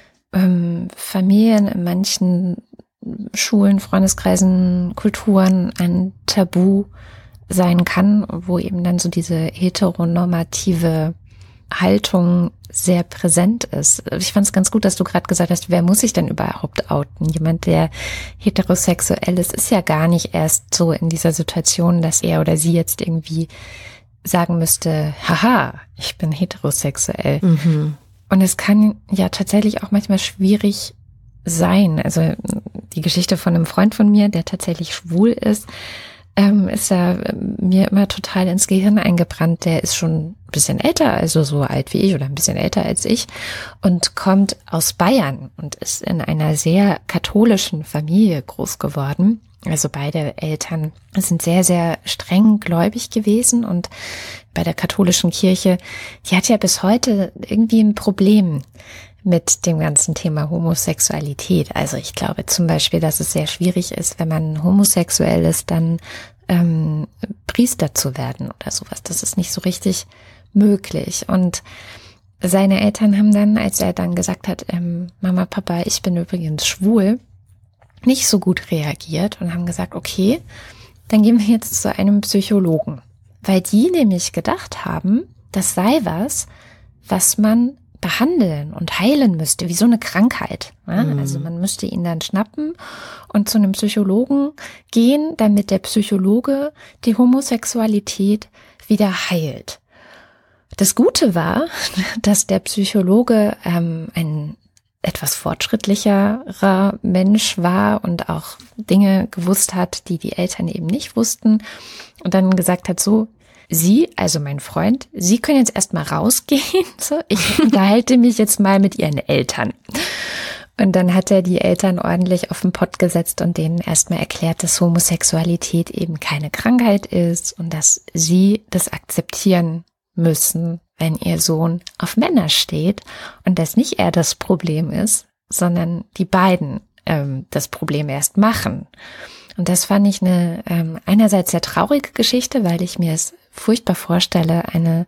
Speaker 2: Familien, in manchen Schulen, Freundeskreisen, Kulturen ein Tabu sein kann, wo eben dann so diese heteronormative Haltung sehr präsent ist. Ich fand es ganz gut, dass du gerade gesagt hast, wer muss sich denn überhaupt outen? Jemand, der heterosexuell ist ja gar nicht erst so in dieser Situation, dass er oder sie jetzt irgendwie sagen müsste, haha, ich bin heterosexuell. Mhm. Und es kann ja tatsächlich auch manchmal schwierig sein. Also die Geschichte von einem Freund von mir, der tatsächlich schwul ist ja mir immer total ins Gehirn eingebrannt. Der ist schon ein bisschen älter, also so alt wie ich oder ein bisschen älter als ich und kommt aus Bayern und ist in einer sehr katholischen Familie groß geworden. Also beide Eltern sind sehr, sehr streng gläubig gewesen und bei der katholischen Kirche, die hat ja bis heute irgendwie ein Problem mit dem ganzen Thema Homosexualität. Also ich glaube zum Beispiel, dass es sehr schwierig ist, wenn man homosexuell ist, dann Priester zu werden oder sowas. Das ist nicht so richtig möglich. Und seine Eltern haben dann, als er dann gesagt hat, Mama, Papa, ich bin übrigens schwul, nicht so gut reagiert und haben gesagt, okay, dann gehen wir jetzt zu einem Psychologen. Weil die nämlich gedacht haben, das sei was man behandeln und heilen müsste, wie so eine Krankheit. Ja? Also man müsste ihn dann schnappen und zu einem Psychologen gehen, damit der Psychologe die Homosexualität wieder heilt. Das Gute war, dass der Psychologe ein etwas fortschrittlicherer Mensch war und auch Dinge gewusst hat, die die Eltern eben nicht wussten und dann gesagt hat, so, Sie, also mein Freund, Sie können jetzt erstmal rausgehen, so, ich unterhalte mich jetzt mal mit Ihren Eltern. Und dann hat er die Eltern ordentlich auf den Pott gesetzt und denen erstmal erklärt, dass Homosexualität eben keine Krankheit ist und dass sie das akzeptieren müssen, wenn ihr Sohn auf Männer steht und dass nicht er das Problem ist, sondern die beiden das Problem erst machen. Und das fand ich eine einerseits sehr traurige Geschichte, weil ich mir es furchtbar vorstelle, eine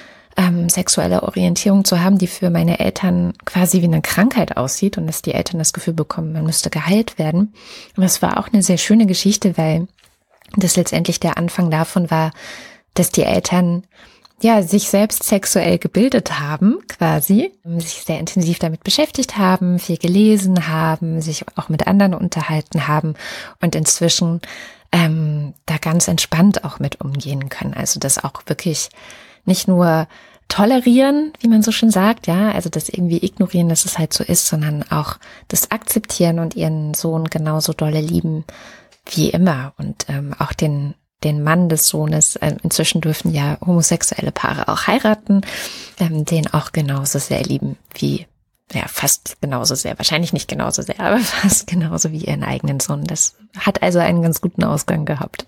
Speaker 2: sexuelle Orientierung zu haben, die für meine Eltern quasi wie eine Krankheit aussieht und dass die Eltern das Gefühl bekommen, man müsste geheilt werden. Und das war auch eine sehr schöne Geschichte, weil das letztendlich der Anfang davon war, dass die Eltern sich selbst sexuell gebildet haben, quasi, sich sehr intensiv damit beschäftigt haben, viel gelesen haben, sich auch mit anderen unterhalten haben und inzwischen da ganz entspannt auch mit umgehen können. Also das auch wirklich nicht nur tolerieren, wie man so schön sagt, ja, also das irgendwie ignorieren, dass es halt so ist, sondern auch das akzeptieren und ihren Sohn genauso dolle lieben wie immer und auch den Mann des Sohnes, inzwischen dürfen ja homosexuelle Paare auch heiraten, den auch genauso sehr lieben wie, fast genauso sehr, wahrscheinlich nicht genauso sehr, aber fast genauso wie ihren eigenen Sohn. Das hat also einen ganz guten Ausgang gehabt.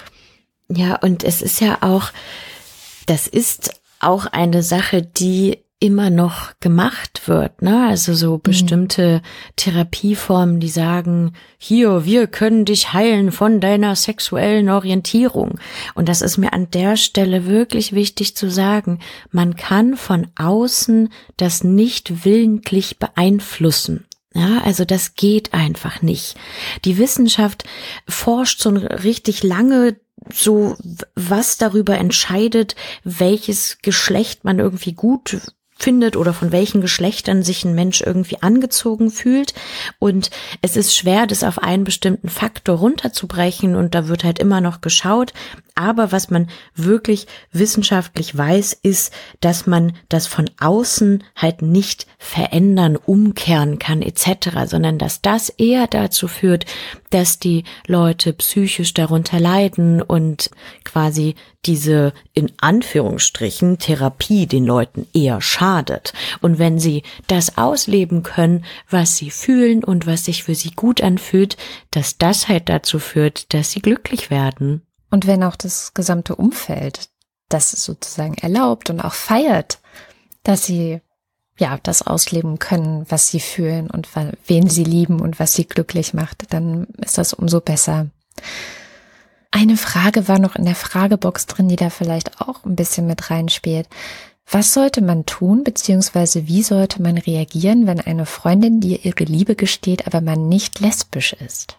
Speaker 3: Ja, und es ist ja auch, das ist auch eine Sache, die immer noch gemacht wird, ne? Also so bestimmte Therapieformen, die sagen, hier, wir können dich heilen von deiner sexuellen Orientierung. Und das ist mir an der Stelle wirklich wichtig zu sagen. Man kann von außen das nicht willentlich beeinflussen. Ja, also das geht einfach nicht. Die Wissenschaft forscht schon richtig lange so, was darüber entscheidet, welches Geschlecht man irgendwie gut findet oder von welchen Geschlechtern sich ein Mensch irgendwie angezogen fühlt. Und es ist schwer, das auf einen bestimmten Faktor runterzubrechen und da wird halt immer noch geschaut. Aber was man wirklich wissenschaftlich weiß, ist, dass man das von außen halt nicht verändern, umkehren kann etc., sondern dass das eher dazu führt, dass die Leute psychisch darunter leiden und quasi diese in Anführungsstrichen Therapie den Leuten eher schadet. Und wenn sie das ausleben können, was sie fühlen und was sich für sie gut anfühlt, dass das halt dazu führt, dass sie glücklich werden.
Speaker 2: Und wenn auch das gesamte Umfeld das sozusagen erlaubt und auch feiert, dass sie ja das ausleben können, was sie fühlen und wen sie lieben und was sie glücklich macht, dann ist das umso besser. Eine Frage war noch in der Fragebox drin, die da vielleicht auch ein bisschen mit reinspielt. Was sollte man tun, beziehungsweise wie sollte man reagieren, wenn eine Freundin dir ihre Liebe gesteht, aber man nicht lesbisch ist?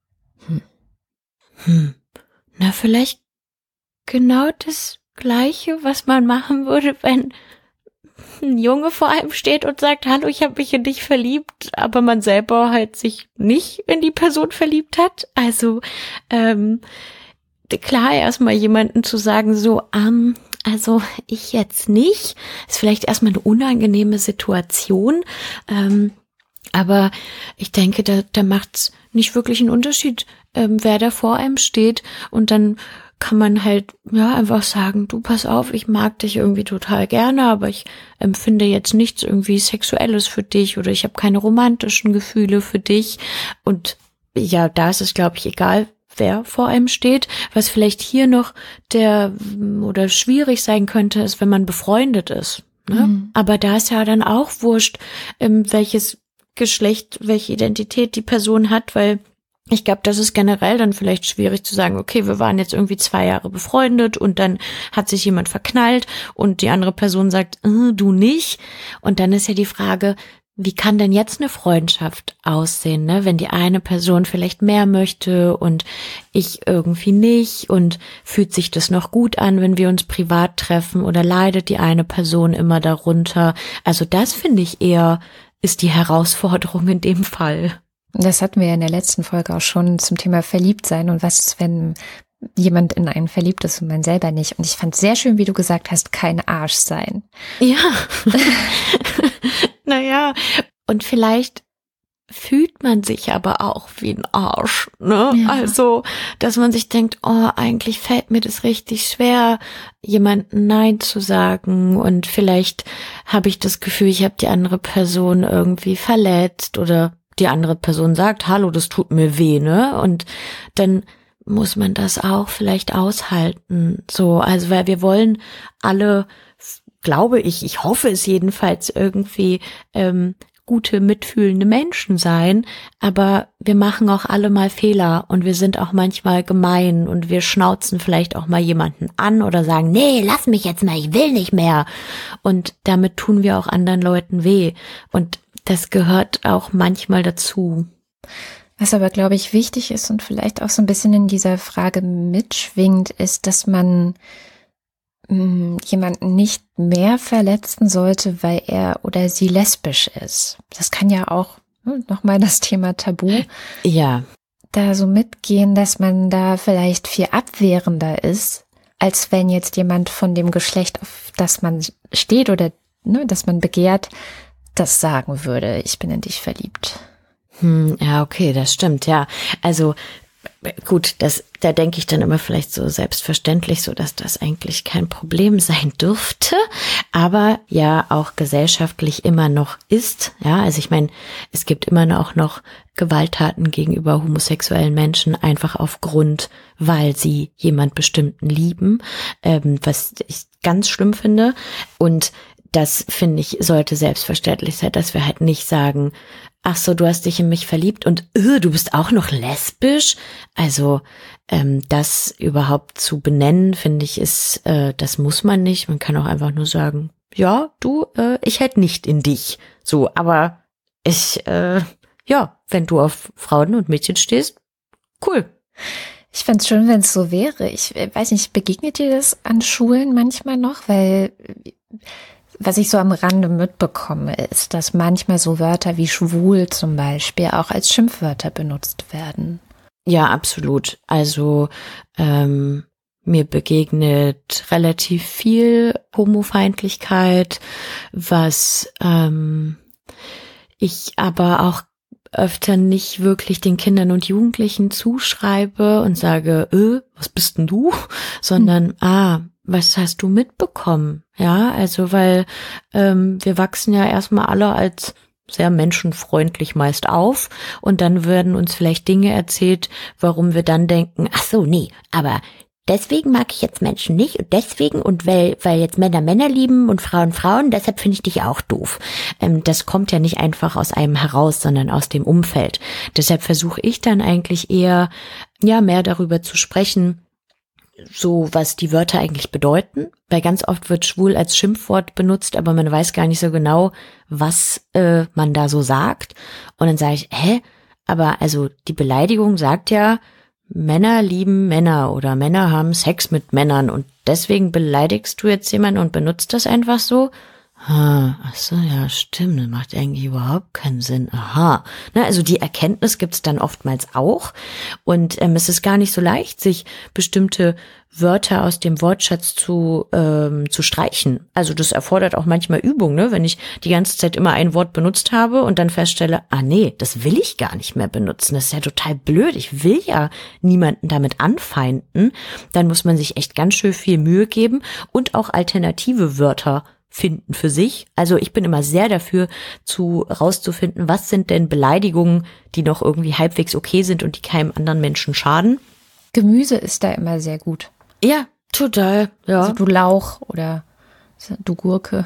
Speaker 3: Na, vielleicht genau das Gleiche, was man machen würde, wenn ein Junge vor einem steht und sagt, hallo, ich habe mich in dich verliebt, aber man selber halt sich nicht in die Person verliebt hat. Also klar, erstmal jemanden zu sagen, so, also ich jetzt nicht, ist vielleicht erstmal eine unangenehme Situation, aber ich denke, da macht's nicht wirklich einen Unterschied, wer da vor einem steht, und dann kann man halt ja einfach sagen, du, pass auf, ich mag dich irgendwie total gerne, aber ich empfinde jetzt nichts irgendwie Sexuelles für dich oder ich habe keine romantischen Gefühle für dich. Und ja, da ist es, glaube ich, egal, wer vor einem steht. Was vielleicht hier noch oder schwierig sein könnte, ist, wenn man befreundet ist. Ne? Mhm. Aber da ist ja dann auch wurscht, welches Geschlecht, welche Identität die Person hat, weil ich glaube, das ist generell dann vielleicht schwierig zu sagen, okay, wir waren jetzt irgendwie 2 Jahre befreundet und dann hat sich jemand verknallt und die andere Person sagt, du nicht. Und dann ist ja die Frage, wie kann denn jetzt eine Freundschaft aussehen, ne? Wenn die eine Person vielleicht mehr möchte und ich irgendwie nicht, und fühlt sich das noch gut an, wenn wir uns privat treffen, oder leidet die eine Person immer darunter? Also das finde ich eher ist die Herausforderung in dem Fall.
Speaker 2: Das hatten wir ja in der letzten Folge auch schon zum Thema Verliebtsein und was ist, wenn jemand in einen verliebt ist und man selber nicht. Und ich fand sehr schön, wie du gesagt hast, kein Arsch sein.
Speaker 3: Ja. Naja, und vielleicht fühlt man sich aber auch wie ein Arsch, ne? Ja. Also, dass man sich denkt, oh, eigentlich fällt mir das richtig schwer, jemandem Nein zu sagen, und vielleicht habe ich das Gefühl, ich habe die andere Person irgendwie verletzt, oder die andere Person sagt, hallo, das tut mir weh, ne? Und dann muss man das auch vielleicht aushalten, so, also, weil wir wollen alle, glaube ich hoffe es jedenfalls, irgendwie gute, mitfühlende Menschen sein, aber wir machen auch alle mal Fehler und wir sind auch manchmal gemein und wir schnauzen vielleicht auch mal jemanden an oder sagen, nee, lass mich jetzt mal, ich will nicht mehr, und damit tun wir auch anderen Leuten weh, und das gehört auch manchmal dazu.
Speaker 2: Was aber, glaube ich, wichtig ist und vielleicht auch so ein bisschen in dieser Frage mitschwingt, ist, dass man jemanden nicht mehr verletzen sollte, weil er oder sie lesbisch ist. Das kann ja auch, nochmal das Thema Tabu,
Speaker 3: ja,
Speaker 2: da so mitgehen, dass man da vielleicht viel abwehrender ist, als wenn jetzt jemand von dem Geschlecht, auf das man steht oder das man begehrt, das sagen würde, ich bin in dich verliebt.
Speaker 3: Ja, okay, das stimmt, ja. Also gut, da denke ich dann immer vielleicht so selbstverständlich, so dass das eigentlich kein Problem sein dürfte, aber ja auch gesellschaftlich immer noch ist. Ja, also ich meine, es gibt immer noch Gewalttaten gegenüber homosexuellen Menschen, einfach aufgrund, weil sie jemand Bestimmten lieben, was ich ganz schlimm finde. Und das, finde ich, sollte selbstverständlich sein, dass wir halt nicht sagen, ach so, du hast dich in mich verliebt und du bist auch noch lesbisch. Also das überhaupt zu benennen, finde ich, ist, das muss man nicht. Man kann auch einfach nur sagen, ja, du, ich hätte nicht in dich. So, aber wenn du auf Frauen und Mädchen stehst, cool.
Speaker 2: Ich fände es schön, wenn es so wäre. Ich weiß nicht, begegnet dir das an Schulen manchmal noch? Weil Was ich so am Rande mitbekomme, ist, dass manchmal so Wörter wie schwul zum Beispiel auch als Schimpfwörter benutzt werden.
Speaker 3: Ja, absolut. Also mir begegnet relativ viel Homofeindlichkeit, was ich aber auch öfter nicht wirklich den Kindern und Jugendlichen zuschreibe und sage, was bist denn du? Sondern, was hast du mitbekommen? Ja, also weil wir wachsen ja erstmal alle als sehr menschenfreundlich meist auf und dann werden uns vielleicht Dinge erzählt, warum wir dann denken, ach so, nee, aber deswegen mag ich jetzt Menschen nicht und deswegen und weil jetzt Männer Männer lieben und Frauen Frauen, deshalb finde ich dich auch doof. Das kommt ja nicht einfach aus einem heraus, sondern aus dem Umfeld. Deshalb versuche ich dann eigentlich eher, mehr darüber zu sprechen, so was die Wörter eigentlich bedeuten, weil ganz oft wird schwul als Schimpfwort benutzt, aber man weiß gar nicht so genau, was man da so sagt. Und dann sage ich, aber also die Beleidigung sagt ja, Männer lieben Männer oder Männer haben Sex mit Männern und deswegen beleidigst du jetzt jemanden und benutzt das einfach so? Ach so, ja, stimmt, das macht eigentlich überhaupt keinen Sinn. Aha. Also die Erkenntnis gibt's dann oftmals auch und es ist gar nicht so leicht, sich bestimmte Wörter aus dem Wortschatz zu streichen. Also das erfordert auch manchmal Übung, ne? Wenn ich die ganze Zeit immer ein Wort benutzt habe und dann feststelle, nee, das will ich gar nicht mehr benutzen. Das ist ja total blöd. Ich will ja niemanden damit anfeinden. Dann muss man sich echt ganz schön viel Mühe geben und auch alternative Wörter finden für sich. Also ich bin immer sehr dafür, rauszufinden, was sind denn Beleidigungen, die noch irgendwie halbwegs okay sind und die keinem anderen Menschen schaden.
Speaker 2: Gemüse ist da immer sehr gut.
Speaker 3: Ja, total. Ja.
Speaker 2: Also du Lauch oder du Gurke.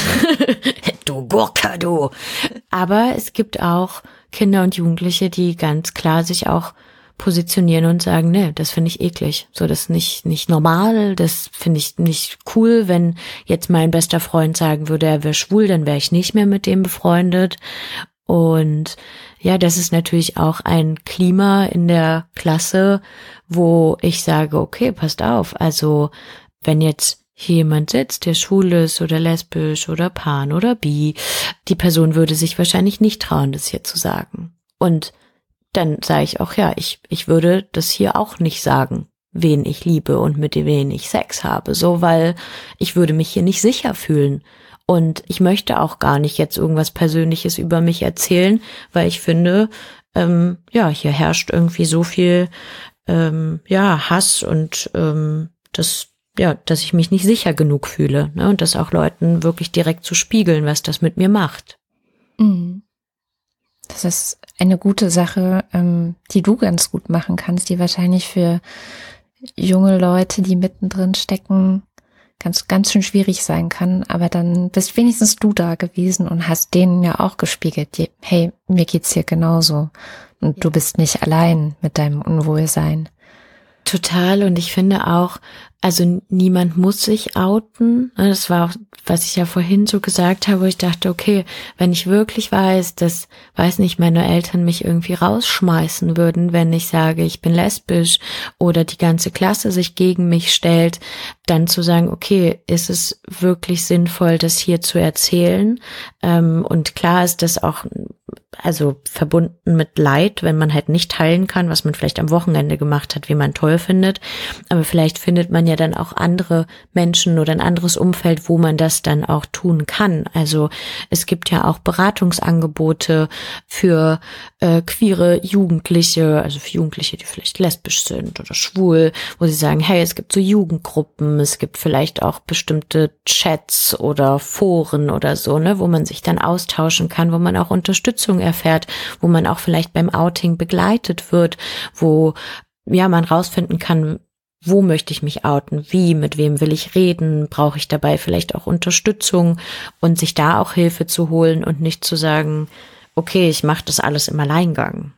Speaker 3: Du Gurke, du. Aber es gibt auch Kinder und Jugendliche, die ganz klar sich auch positionieren und sagen, nee, das finde ich eklig. So, das ist nicht normal, das finde ich nicht cool. Wenn jetzt mein bester Freund sagen würde, er wäre schwul, dann wäre ich nicht mehr mit dem befreundet. Und ja, das ist natürlich auch ein Klima in der Klasse, wo ich sage, okay, passt auf. Also, wenn jetzt hier jemand sitzt, der schwul ist oder lesbisch oder pan oder bi, die Person würde sich wahrscheinlich nicht trauen, das hier zu sagen. Und dann sage ich auch, ich würde das hier auch nicht sagen, wen ich liebe und mit wem ich Sex habe, so, weil ich würde mich hier nicht sicher fühlen. Und ich möchte auch gar nicht jetzt irgendwas Persönliches über mich erzählen, weil ich finde, hier herrscht irgendwie so viel, Hass und dass ich mich nicht sicher genug fühle, ne? Und das auch Leuten wirklich direkt zu spiegeln, was das mit mir macht.
Speaker 2: Mhm. Das ist eine gute Sache, die du ganz gut machen kannst, die wahrscheinlich für junge Leute, die mittendrin stecken, ganz schön schwierig sein kann. Aber dann bist wenigstens du da gewesen und hast denen ja auch gespiegelt, hey, mir geht's hier genauso. Und du bist nicht allein mit deinem Unwohlsein.
Speaker 3: Total. Und ich finde auch, also niemand muss sich outen. Das war auch, was ich ja vorhin so gesagt habe, wo ich dachte, okay, wenn ich wirklich weiß, dass, meine Eltern mich irgendwie rausschmeißen würden, wenn ich sage, ich bin lesbisch oder die ganze Klasse sich gegen mich stellt, dann zu sagen, okay, ist es wirklich sinnvoll, das hier zu erzählen? Und klar ist das auch, also verbunden mit Leid, wenn man halt nicht teilen kann, was man vielleicht am Wochenende gemacht hat, wie man toll findet. Aber vielleicht findet man ja dann auch andere Menschen oder ein anderes Umfeld, wo man das dann auch tun kann. Also es gibt ja auch Beratungsangebote für queere Jugendliche, also für Jugendliche, die vielleicht lesbisch sind oder schwul, wo sie sagen, hey, es gibt so Jugendgruppen, es gibt vielleicht auch bestimmte Chats oder Foren oder so, ne, wo man sich dann austauschen kann, wo man auch Unterstützung erfährt, wo man auch vielleicht beim Outing begleitet wird, wo man rausfinden kann, wo möchte ich mich outen, wie, mit wem will ich reden, brauche ich dabei vielleicht auch Unterstützung und sich da auch Hilfe zu holen und nicht zu sagen, okay, ich mache das alles im Alleingang.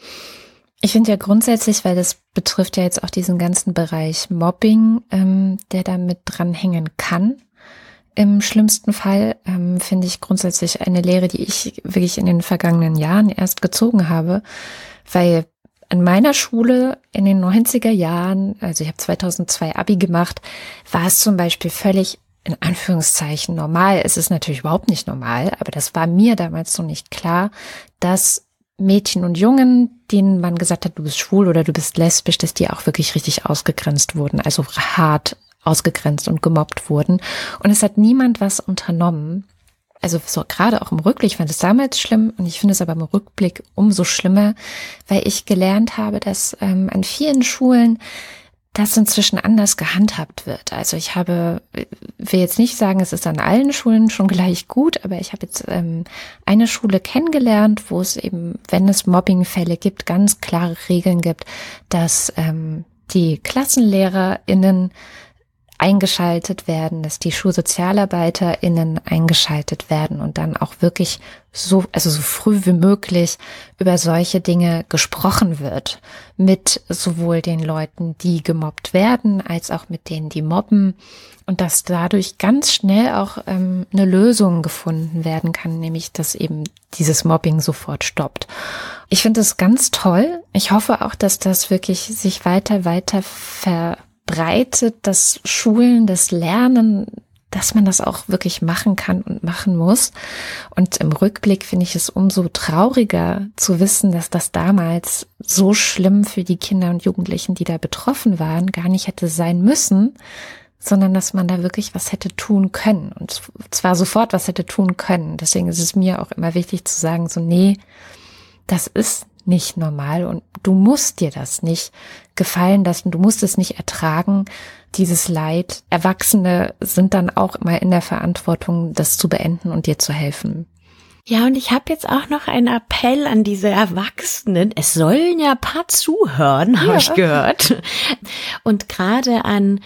Speaker 2: Ich finde ja grundsätzlich, weil das betrifft ja jetzt auch diesen ganzen Bereich Mobbing, der da mit dranhängen kann. Im schlimmsten Fall finde ich grundsätzlich eine Lehre, die ich wirklich in den vergangenen Jahren erst gezogen habe, weil an meiner Schule in den 90er Jahren, also ich habe 2002 Abi gemacht, war es zum Beispiel völlig in Anführungszeichen normal. Es ist natürlich überhaupt nicht normal, aber das war mir damals so nicht klar, dass Mädchen und Jungen, denen man gesagt hat, du bist schwul oder du bist lesbisch, dass die auch wirklich richtig ausgegrenzt wurden, also hart ausgegrenzt und gemobbt wurden. Und es hat niemand was unternommen. Also so gerade auch im Rückblick, ich fand es damals schlimm und ich finde es aber im Rückblick umso schlimmer, weil ich gelernt habe, dass an vielen Schulen das inzwischen anders gehandhabt wird. Also ich will jetzt nicht sagen, es ist an allen Schulen schon gleich gut, aber ich habe jetzt eine Schule kennengelernt, wo es eben, wenn es Mobbingfälle gibt, ganz klare Regeln gibt, dass die KlassenlehrerInnen eingeschaltet werden, dass die SchulsozialarbeiterInnen eingeschaltet werden und dann auch wirklich so früh wie möglich über solche Dinge gesprochen wird. Mit sowohl den Leuten, die gemobbt werden, als auch mit denen, die mobben. Und dass dadurch ganz schnell auch eine Lösung gefunden werden kann, nämlich dass eben dieses Mobbing sofort stoppt. Ich finde das ganz toll. Ich hoffe auch, dass das wirklich sich weiter verbreitet, dass Schulen, das Lernen, dass man das auch wirklich machen kann und machen muss. Und im Rückblick finde ich es umso trauriger zu wissen, dass das damals so schlimm für die Kinder und Jugendlichen, die da betroffen waren, gar nicht hätte sein müssen, sondern dass man da wirklich was hätte tun können und zwar sofort was hätte tun können. Deswegen ist es mir auch immer wichtig zu sagen, so nee, das ist nicht normal und du musst dir das nicht gefallen lassen, du musst es nicht ertragen, dieses Leid. Erwachsene sind dann auch immer in der Verantwortung, das zu beenden und dir zu helfen.
Speaker 3: Ja, und ich habe jetzt auch noch einen Appell an diese Erwachsenen. Es sollen ja ein paar zuhören, habe ich gehört. Und gerade an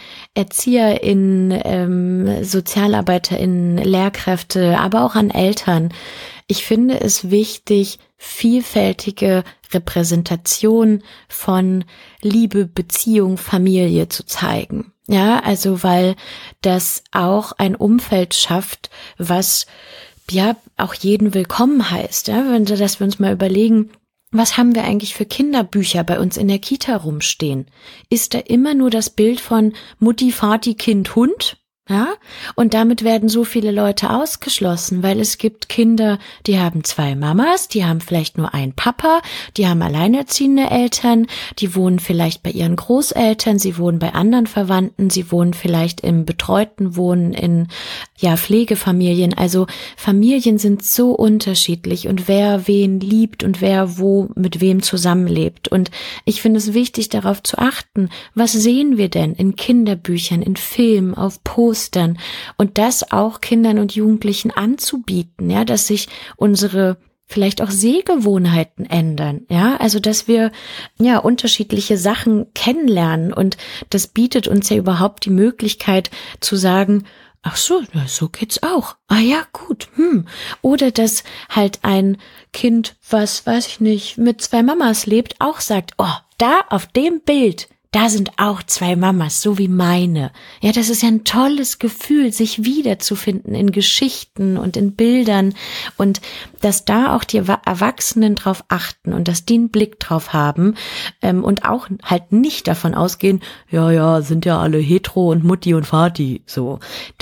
Speaker 3: ErzieherInnen, SozialarbeiterInnen, Lehrkräfte, aber auch an Eltern. Ich finde es wichtig, vielfältige Repräsentation von Liebe, Beziehung, Familie zu zeigen. Ja, also weil das auch ein Umfeld schafft, was ja auch jeden willkommen heißt. Ja, dass wir uns mal überlegen, was haben wir eigentlich für Kinderbücher bei uns in der Kita rumstehen? Ist da immer nur das Bild von Mutti, Vati, Kind, Hund? Ja, und damit werden so viele Leute ausgeschlossen, weil es gibt Kinder, die haben 2 Mamas, die haben vielleicht nur einen Papa, die haben alleinerziehende Eltern, die wohnen vielleicht bei ihren Großeltern, sie wohnen bei anderen Verwandten, sie wohnen vielleicht im betreuten Wohnen in Pflegefamilien. Also Familien sind so unterschiedlich und wer wen liebt und wer wo mit wem zusammenlebt. Und ich finde es wichtig, darauf zu achten, was sehen wir denn in Kinderbüchern, in Filmen, auf Postern und das auch Kindern und Jugendlichen anzubieten, ja, dass sich unsere vielleicht auch Sehgewohnheiten ändern, ja, also dass wir ja unterschiedliche Sachen kennenlernen und das bietet uns ja überhaupt die Möglichkeit zu sagen, ach so, na, so geht's auch. Ah ja, gut. Oder dass halt ein Kind, was, weiß ich nicht, mit 2 Mamas lebt, auch sagt, oh, da auf dem Bild, da sind auch 2 Mamas, so wie meine. Ja, das ist ja ein tolles Gefühl, sich wiederzufinden in Geschichten und in Bildern und dass da auch die Erwachsenen drauf achten und dass die einen Blick drauf haben und auch halt nicht davon ausgehen, ja, sind ja alle hetero und Mutti und Vati, so.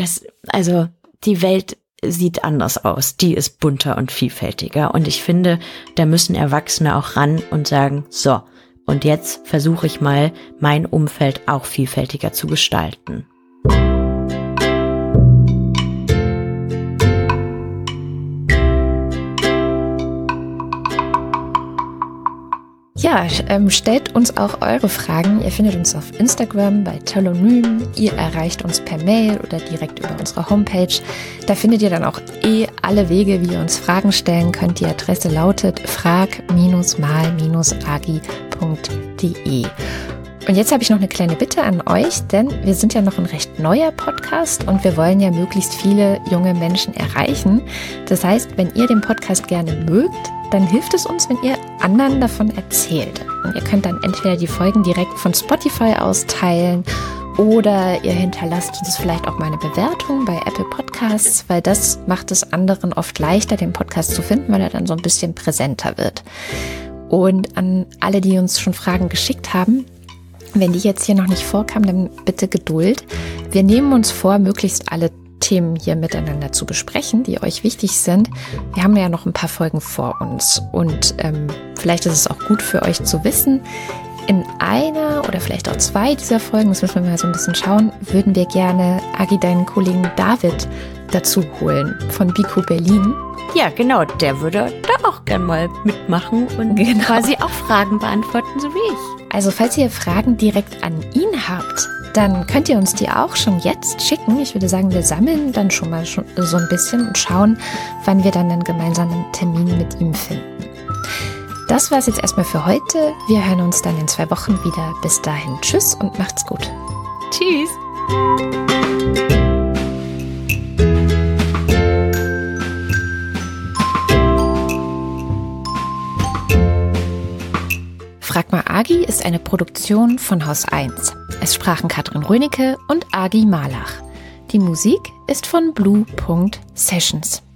Speaker 3: Also die Welt sieht anders aus, die ist bunter und vielfältiger und ich finde, da müssen Erwachsene auch ran und sagen, so, und jetzt versuche ich mal, mein Umfeld auch vielfältiger zu gestalten.
Speaker 2: Ja, stellt uns auch eure Fragen. Ihr findet uns auf Instagram bei Telonym. Ihr erreicht uns per Mail oder direkt über unsere Homepage. Da findet ihr dann auch alle Wege, wie ihr uns Fragen stellen könnt. Die Adresse lautet frag-mal-agi.de. Und jetzt habe ich noch eine kleine Bitte an euch, denn wir sind ja noch ein recht neuer Podcast und wir wollen ja möglichst viele junge Menschen erreichen. Das heißt, wenn ihr den Podcast gerne mögt, dann hilft es uns, wenn ihr anderen davon erzählt. Und ihr könnt dann entweder die Folgen direkt von Spotify aus teilen oder ihr hinterlasst uns vielleicht auch mal eine Bewertung bei Apple Podcasts, weil das macht es anderen oft leichter, den Podcast zu finden, weil er dann so ein bisschen präsenter wird. Und an alle, die uns schon Fragen geschickt haben, wenn die jetzt hier noch nicht vorkamen, dann bitte Geduld. Wir nehmen uns vor, möglichst alle Themen hier miteinander zu besprechen, die euch wichtig sind. Wir haben ja noch ein paar Folgen vor uns und vielleicht ist es auch gut für euch zu wissen, in einer oder vielleicht auch 2 dieser Folgen, das müssen wir mal so ein bisschen schauen, würden wir gerne Agi, deinen Kollegen David, dazu holen von BIKU Berlin.
Speaker 3: Ja, genau, der würde da auch gern mal mitmachen und quasi auch Fragen beantworten, so wie ich.
Speaker 2: Also falls ihr Fragen direkt an ihn habt, dann könnt ihr uns die auch schon jetzt schicken. Ich würde sagen, wir sammeln dann schon mal so ein bisschen und schauen, wann wir dann einen gemeinsamen Termin mit ihm finden. Das war es jetzt erstmal für heute. Wir hören uns dann in 2 Wochen wieder. Bis dahin, tschüss und macht's gut.
Speaker 3: Tschüss.
Speaker 2: Frag mal Agi ist eine Produktion von Haus 1. Es sprachen Katrin Rönecke und Agi Malach. Die Musik ist von Blue.Sessions.